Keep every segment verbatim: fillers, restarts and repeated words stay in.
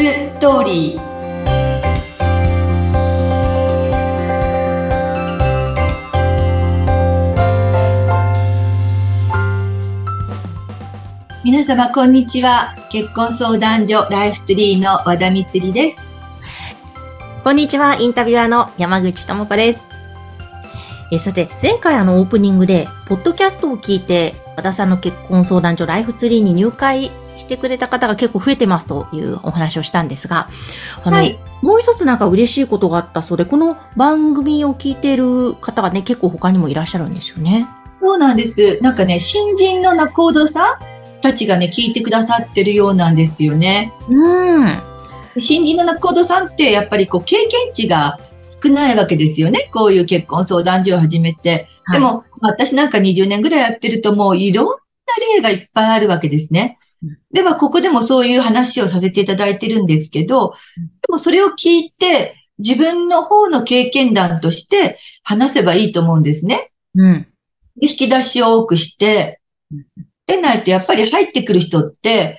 ストーリー。皆様こんにちは。結婚相談所ライフツリーの和田光です。 こんにちは。インタビュアーの山口智子です。えさて、前回あのオープニングでポッドキャストを聞いて和田さんの結婚相談所ライフツリーに入会してくれた方が結構増えてますというお話をしたんですが、あの、はい、もう一つなんか嬉しいことがあったそうで、この番組を聞いている方がね、結構他にもいらっしゃるんですよね。 そうなんです。なんかね、新人の仲人さんたちがね、聞いてくださってるようなんですよね。 うん。 新人の仲人さんってやっぱりこう経験値が少ないわけですよね。こういう結婚相談所を始めて。でも、はい、私なんかにじゅうねんぐらいやってるともういろんな例がいっぱいあるわけですね。では、ここでもそういう話をさせていただいてるんですけど、でもそれを聞いて自分の方の経験談として話せばいいと思うんですね。 うん。 で、引き出しを多くして、でないとやっぱり入ってくる人って、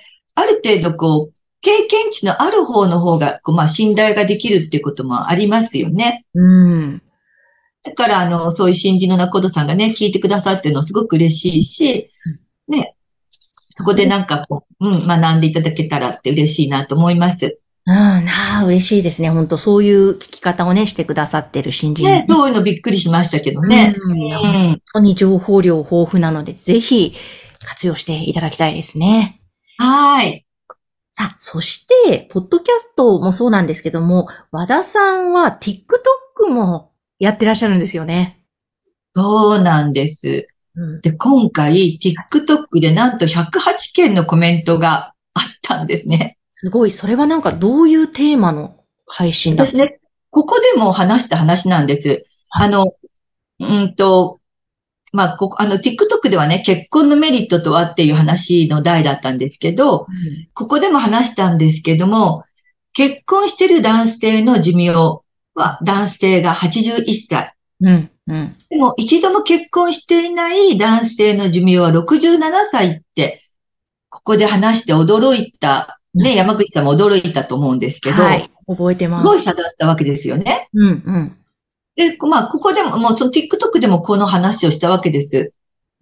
ある程度こう、経験値のある方の方が、まあ信頼ができるっていうこともありますよね。 うん。 だから、あの、そういう新人の仲人さんがね、聞いてくださってるのすごく嬉しいし、ね、そこでなんかこう、うん、学んでいただけたらって嬉しいなと思います。 うん、ああ、嬉しいですね。本当そういう聞き方をね、してくださってる新人、 ね。そういうのびっくりしましたけどね。 うん。うん、本当に情報量豊富なので、ぜひ活用していただきたいですね。 はい。 さあ、そして、ポッドキャストもそうなんですけども、和田さんは TikTok もやってらっしゃるんですよね。 そうなんです。うん、で、今回、TikTok でなんとひゃくはちけんのコメントがあったんですね。 すごい。それはなんかどういうテーマの配信だった？ 私ね、ここでも話した話なんです。はい、あの、うんと、まあ、ここ、あの、TikTok ではね、結婚のメリットとはっていう話の題だったんですけど、うん、ここでも話したんですけども、結婚してる男性の寿命は男性がはちじゅういっさい。 うんうん、 でも一度も結婚していない男性の寿命はろくじゅうななさいって、ここで話して驚いた、ね、うん、山口さんも驚いたと思うんですけど、はい、 覚えてます。 すごい差だったわけですよね。 うんうんで、まあ、ここでも、もうその TikTok でもこの話をしたわけです。 うん、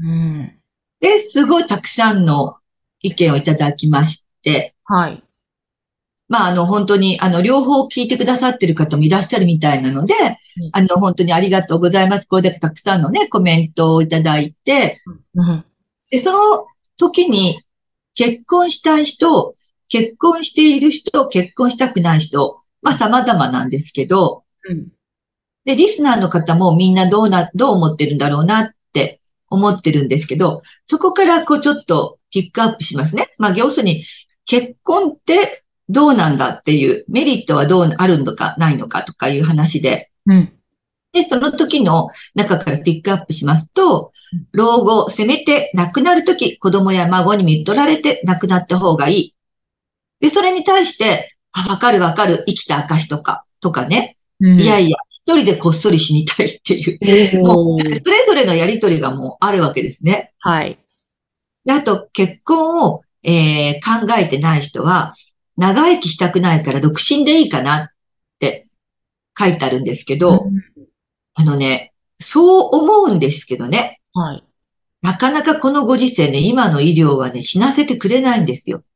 で、すごいたくさんの意見をいただきまして、 はい。 まあ、あの、本当に、あの、両方聞いてくださってる方もいらっしゃるみたいなので、うん、あの、本当にありがとうございます。これだけたくさんのね、コメントをいただいて、うん、で、その時に、結婚したい人、結婚している人、結婚したくない人、まあ、様々なんですけど、うん、で、リスナーの方もみんなどうな、どう思ってるんだろうなって思ってるんですけど、そこからこうちょっとピックアップしますね。まあ、要するに、結婚ってどうなんだっていう、メリットはどうあるのかないのかとかいう話で。うん。で、その時の中からピックアップしますと、老後、せめて亡くなる時、子供や孫に見とられて亡くなった方がいい。で、それに対して、あ、わかるわかる、生きた証とか、とかね。うん、いやいや、一人でこっそり死にたいっていう。もう、それぞれのやりとりがもうあるわけですね。 はい。 で、あと、結婚を、えー、考えてない人は、長生きしたくないから独身でいいかなって書いてあるんですけど、うん、あのね、そう思うんですけどね。 はい。 なかなかこのご時世ね、今の医療はね、死なせてくれないんですよ。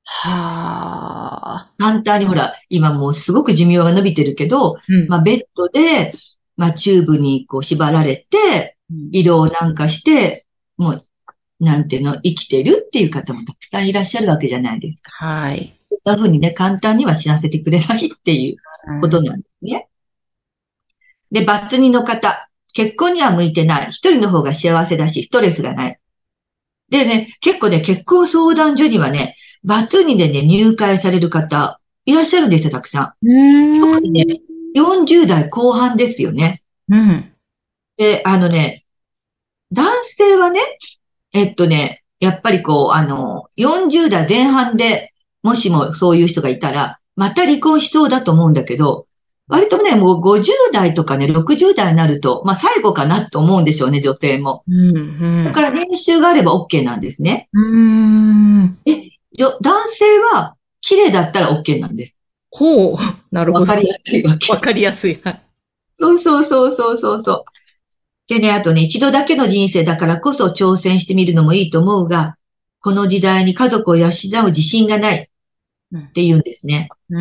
はあ。 簡単にほら、今もうすごく寿命が伸びてるけど、うん、まあベッドで、まあチューブにこう縛られて、医療なんかして、もう、なんていうの、生きてるっていう方もたくさんいらっしゃるわけじゃないですか。 はい。 そんな風にね、簡単には死なせてくれないっていうことなんですね。うん、で、バツにの方、結婚には向いてない。一人の方が幸せだし、ストレスがない。でね、結構ね、結婚相談所にはね、バツにでね、入会される方、いらっしゃるんですよ、たくさん。 うん特にね、よんじゅう代後半ですよね。 うん。 で、あのね、男性はね、えっとね、やっぱりこう、あの、よんじゅう代前半で、もしもそういう人がいたら、また離婚しそうだと思うんだけど、割とね、もうごじゅう代とかね、ろくじゅう代になると、まあ最後かなと思うんでしょうね、女性も。 うんうん、 だから年収があれば OK なんですね。 うーんで、男性は綺麗だったら OK なんです。 ほう。なるほど。 わかりやすいわけ。 わかりやすい。はい。 そうそうそうそうそうそう。でね、あとね、一度だけの人生だからこそ挑戦してみるのもいいと思うが、この時代に家族を養う自信がないって言うんですね。 うん。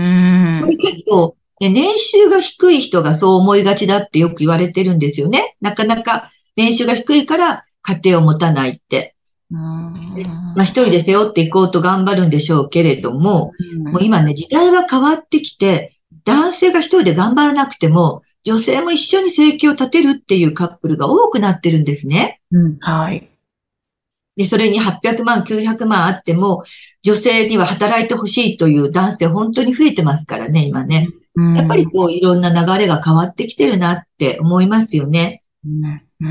これ結構、ね、年収が低い人がそう思いがちだってよく言われてるんですよね。なかなか年収が低いから家庭を持たないって。 うん。 まあ一人で背負っていこうと頑張るんでしょうけれども、もう今ね、時代は変わってきて、男性が一人で頑張らなくても、女性も一緒に生計を立てるっていうカップルが多くなってるんですね。 うん。はい。 で、それにはっぴゃくまん、きゅうひゃくまんあっても、女性には働いてほしいという男性本当に増えてますからね、今ね。 うん。 やっぱりこういろんな流れが変わってきてるなって思いますよね。 うん。うん。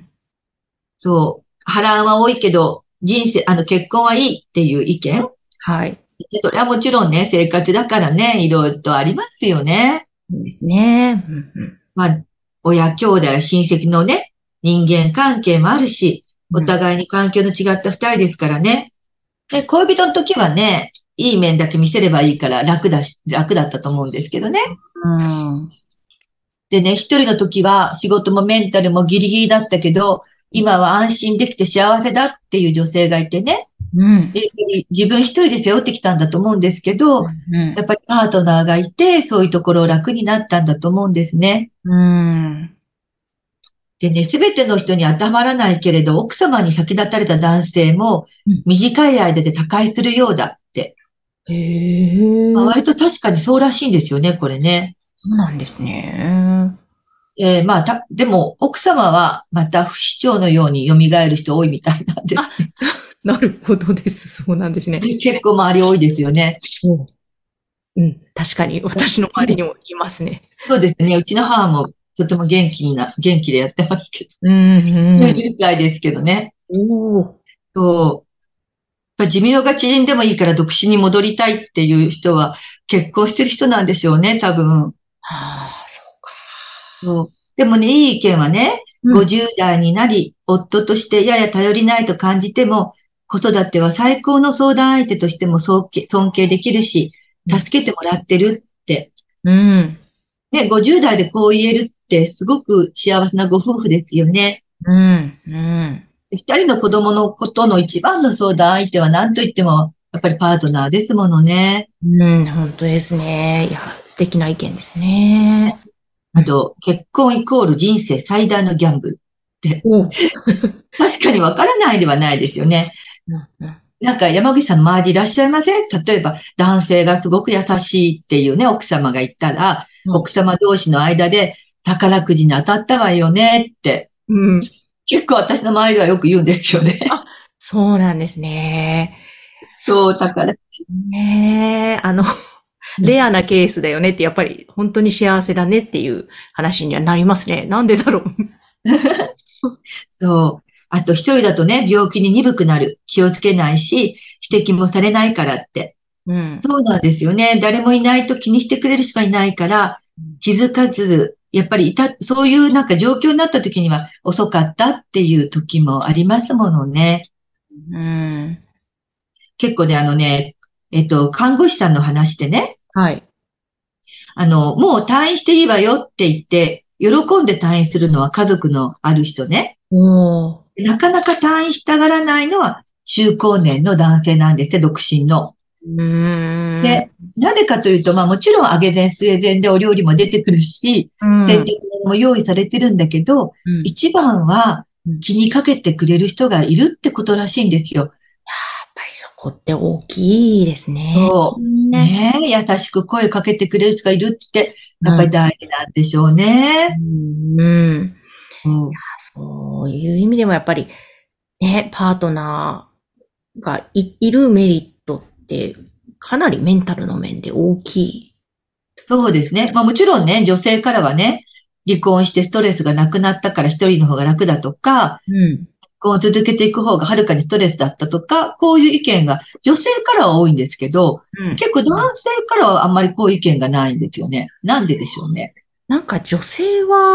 そう。波乱は多いけど、人生、あの結婚はいいっていう意見。 はい。 でそれはもちろんね、生活だからね、いろいろとありますよね。 そうですね。うんうん。 まあ、親、兄弟、親戚のね、人間関係もあるし、おうん。 互いに環境の違った二人ですからね。で、恋人の時はね、いい面だけ見せればいいから楽だし、楽だったと思うんですけどね。 うん。 でね、一人の時は仕事もメンタルもギリギリだったけど、今は安心できて幸せだっていう女性がいてね、 うん。 で自分一人で背負ってきたんだと思うんですけど、 うん。 やっぱりパートナーがいて、そういうところを楽になったんだと思うんですね。 うん。 でね、すべての人に当てはまらないけれど、奥様に先立たれた男性も短い間で他界するようだって。 へまあ、 え。 割と確かにそうらしいんですよね、これね。 そうなんですね。 えーまあ、た、でも、奥様はまた不死鳥のように蘇る人多いみたいなんですあ、 ね。 なるほどです。そうなんですね。 結構周り多いですよね。 うんうん。確かに、私の周りにもいますね。 そうですね。うちの母もとても元気な、元気でやってますけど。 うん、うん。 きゅうじゅっさいですけどね。 おお。 そう。やっぱ寿命が縮んでもいいから独身に戻りたいっていう人は結婚してる人なんでしょうね、多分。 はあ、そうか。 そうでもね、いい意見はね、 うん。 ごじゅう代になり、夫としてやや頼りないと感じても、子育ては最高の相談相手としても尊敬尊敬できるし、助けてもらってるって。 うん。 ね、ごじゅう代でこう言えるってすごく幸せなご夫婦ですよね。 うん。うん。 二人の子供のことの一番の相談相手は何と言っても、やっぱりパートナーですものね。 うん、本当ですね。いや、素敵な意見ですね。うん。 あと、結婚イコール人生最大のギャンブルって、 おう。 確かにわからないではないですよね。 うんうん。 なんか山口さんの周りいらっしゃいません？例えば男性がすごく優しいっていうね、奥様が言ったら、奥様同士の間で宝くじに当たったわよねって、 うん。 結構私の周りではよく言うんですよね。 あ、そうなんですね。そそう、宝くうね。あの、レじ。 アなケースだよねって、やっぱり本当に幸せだねっていう話にはなりますね。なんでだろう。 そう。あと一人だとね、病気に鈍くなる。気をつけないし、指摘もされないからって。 うん。 そうなんですよね。誰もいないと気にしてくれる人がいないから、気づかず、やっぱりいた、そういうなんか状況になった時には遅かったっていう時もありますものね。 うん。 結構ね、あのね、えっと、看護師さんの話でね、 はい。 あの、もう退院していいわよって言って、喜んで退院するのは家族のある人ね。 おー。 なかなか退院したがらないのは中高年の男性なんですね、独身の。 うーん。 で、なぜかというと、まあもちろん揚げ膳、据え膳でお料理も出てくるし、 うん。 洗濯物も用意されてるんだけど、 うん。 一番はうん。やっ気にかけてくれる人がいるってことらしいんですよ。 ぱりそこって大きいですね。 そう。 ね。 ねえ、優しく声かけてくれる人がいるって、やっぱりうん。 大事なんでしょうね。 うん。うん。 うん。 そういう意味でもやっぱりね、パートナーがい、いるメリットってかなりメンタルの面で大きい。 そうですね。まあもちろんね、女性からはね、離婚してストレスがなくなったから一人の方が楽だとか、 うん。 こう続けていく方がはるかにストレスだったとか、こういう意見が女性からは多いんですけど、 うん。 結構男性からはあんまりこういう意見がないんですよね。なんででしょうね。 なんか女性は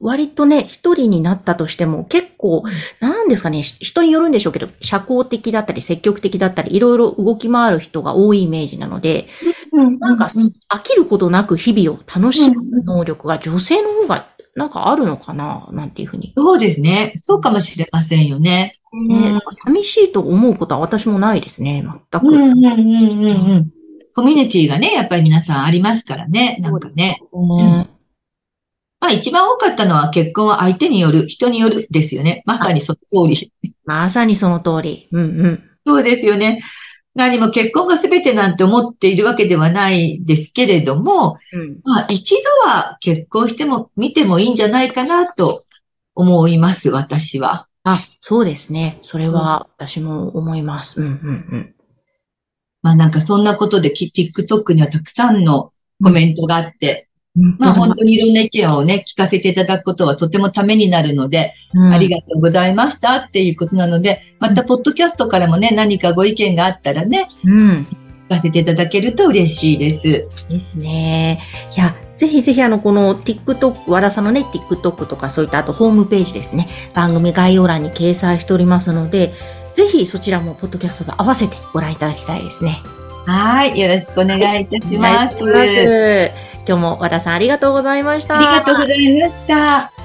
割とね、一人になったとしても結構、なんですかね、人によるんでしょうけど、社交的だったり積極的だったり、いろいろ動き回る人が多いイメージなので、なんか飽きることなく日々を楽しむ能力が女性の方がなんかあるのかな、なんていうふうに。 そうですね。そうかもしれませんよね。 ね、うん、寂しいと思うことは私もないですね、全く。 うんうんうんうんうん。コミュニティがね、やっぱり皆さんありますからね、なんかね。 そうですね。うん、 まあ一番多かったのは結婚は相手による、人によるですよね。まさにその通り。 まさにその通り。うんうん。 そうですよね。何も結婚が全てなんて思っているわけではないですけれども、うん、まあ一度は結婚しても見てもいいんじゃないかなと思います、私は。 あ、そうですね。それは私も思います。うんうんうん。 まあなんかそんなことで TikTok にはたくさんのコメントがあって、うん、まあ本当にいろんな意見をね、聞かせていただくことはとてもためになるので、うん、ありがとうございましたっていうことなので、またポッドキャストからもね、何かご意見があったらね、うん、聞かせていただけると嬉しいです。 ですね。いや、ぜひぜひあの、この TikTok、和田さんのね、TikTok とかそういったあとホームページですね、番組概要欄に掲載しておりますので、ぜひそちらもポッドキャストと合わせてご覧いただきたいですね。 はい。よろしくお願いいたします。 はい、お願いします。今日も和田さんありがとうございました。 ありがとうございました。